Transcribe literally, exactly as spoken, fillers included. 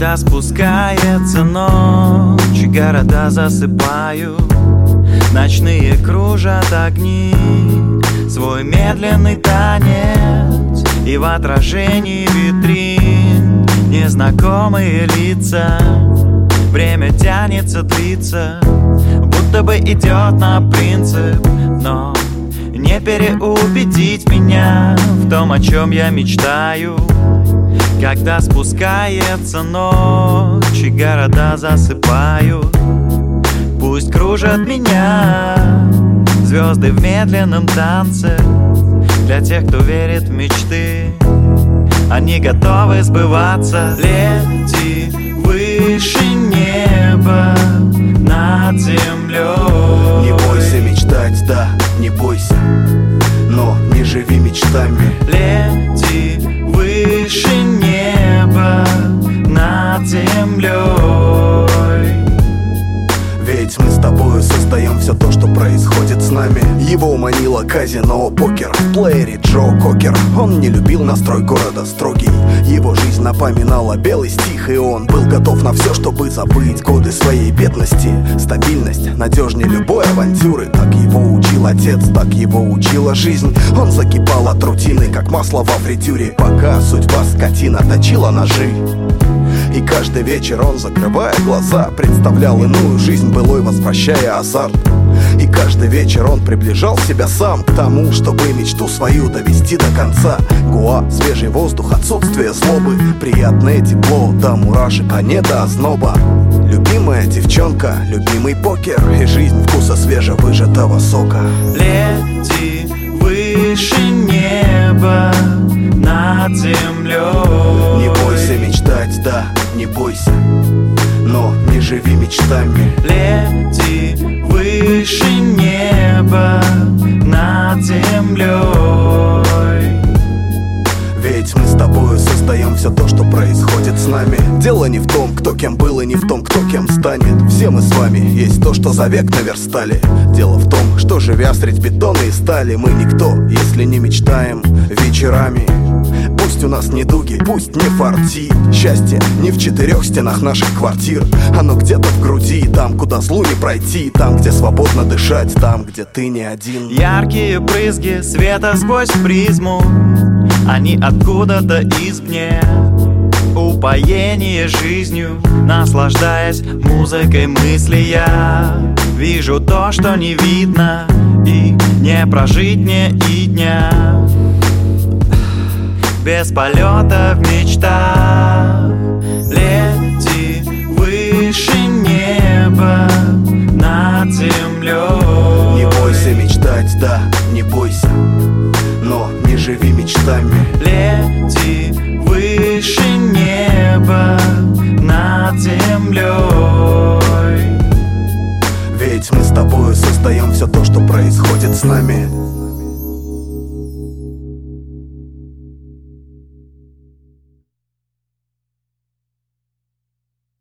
Когда спускается ночь, города засыпают, ночные кружат огни, свой медленный танец, и в отражении витрин незнакомые лица. Время тянется, длится, будто бы идет на принцип, но не переубедить меня в том, о чем я мечтаю. Когда спускается ночь и города засыпают, пусть кружат меня звезды в медленном танце. Для тех, кто верит в мечты, они готовы сбываться. Лети выше неба над землей. Не бойся мечтать, да, не бойся, но не живи мечтами. Лети выше неба над землей. Ведь мы с тобою создаем все то, что происходит с нами. Его манило казино, покер, в плеере Джо Кокер. Он не любил настрой города строгий, его жизнь напоминала белый стих, и он был готов на все, чтобы забыть годы своей бедности. Стабильность надежнее любой авантюры, так его учил отец, так его учила жизнь. Он закипал от рутины, как масло во фритюре, пока судьба скотина точила ножи. И каждый вечер он, закрывая глаза, представлял иную жизнь былой, возвращая азарт. И каждый вечер он приближал себя сам к тому, чтобы мечту свою довести до конца. Гоа, свежий воздух, отсутствие злобы, приятное тепло до мурашек, а не до озноба. Любимая девчонка, любимый покер и жизнь вкуса свежевыжатого сока. Лети выше неба над землей. Не бойся мечтать, да, не бойся, но не живи мечтами. Лети выше неба над землей. Ведь мы с тобою создаем все то, что происходит с нами. Дело не в том, кто кем был, и не в том, кто кем станет. Все мы с вами есть то, что за век наверстали. Дело в том, что живя средь бетона и стали, мы никто, если не мечтаем вечерами. Пусть у нас не дуги, пусть не фартит. Счастье не в четырех стенах наших квартир, оно где-то в груди, там, куда злу не пройти, там, где свободно дышать, там, где ты не один. Яркие брызги света сквозь призму, они откуда-то извне. Упоение жизнью, наслаждаясь музыкой мысли, я вижу то, что не видно, и не прожить мне и дня без полета в мечтах. Лети выше неба над землей. Не бойся мечтать, да, не бойся, но не живи мечтами. Лети выше неба над землей. Ведь мы с тобою создаем все то, что происходит с нами.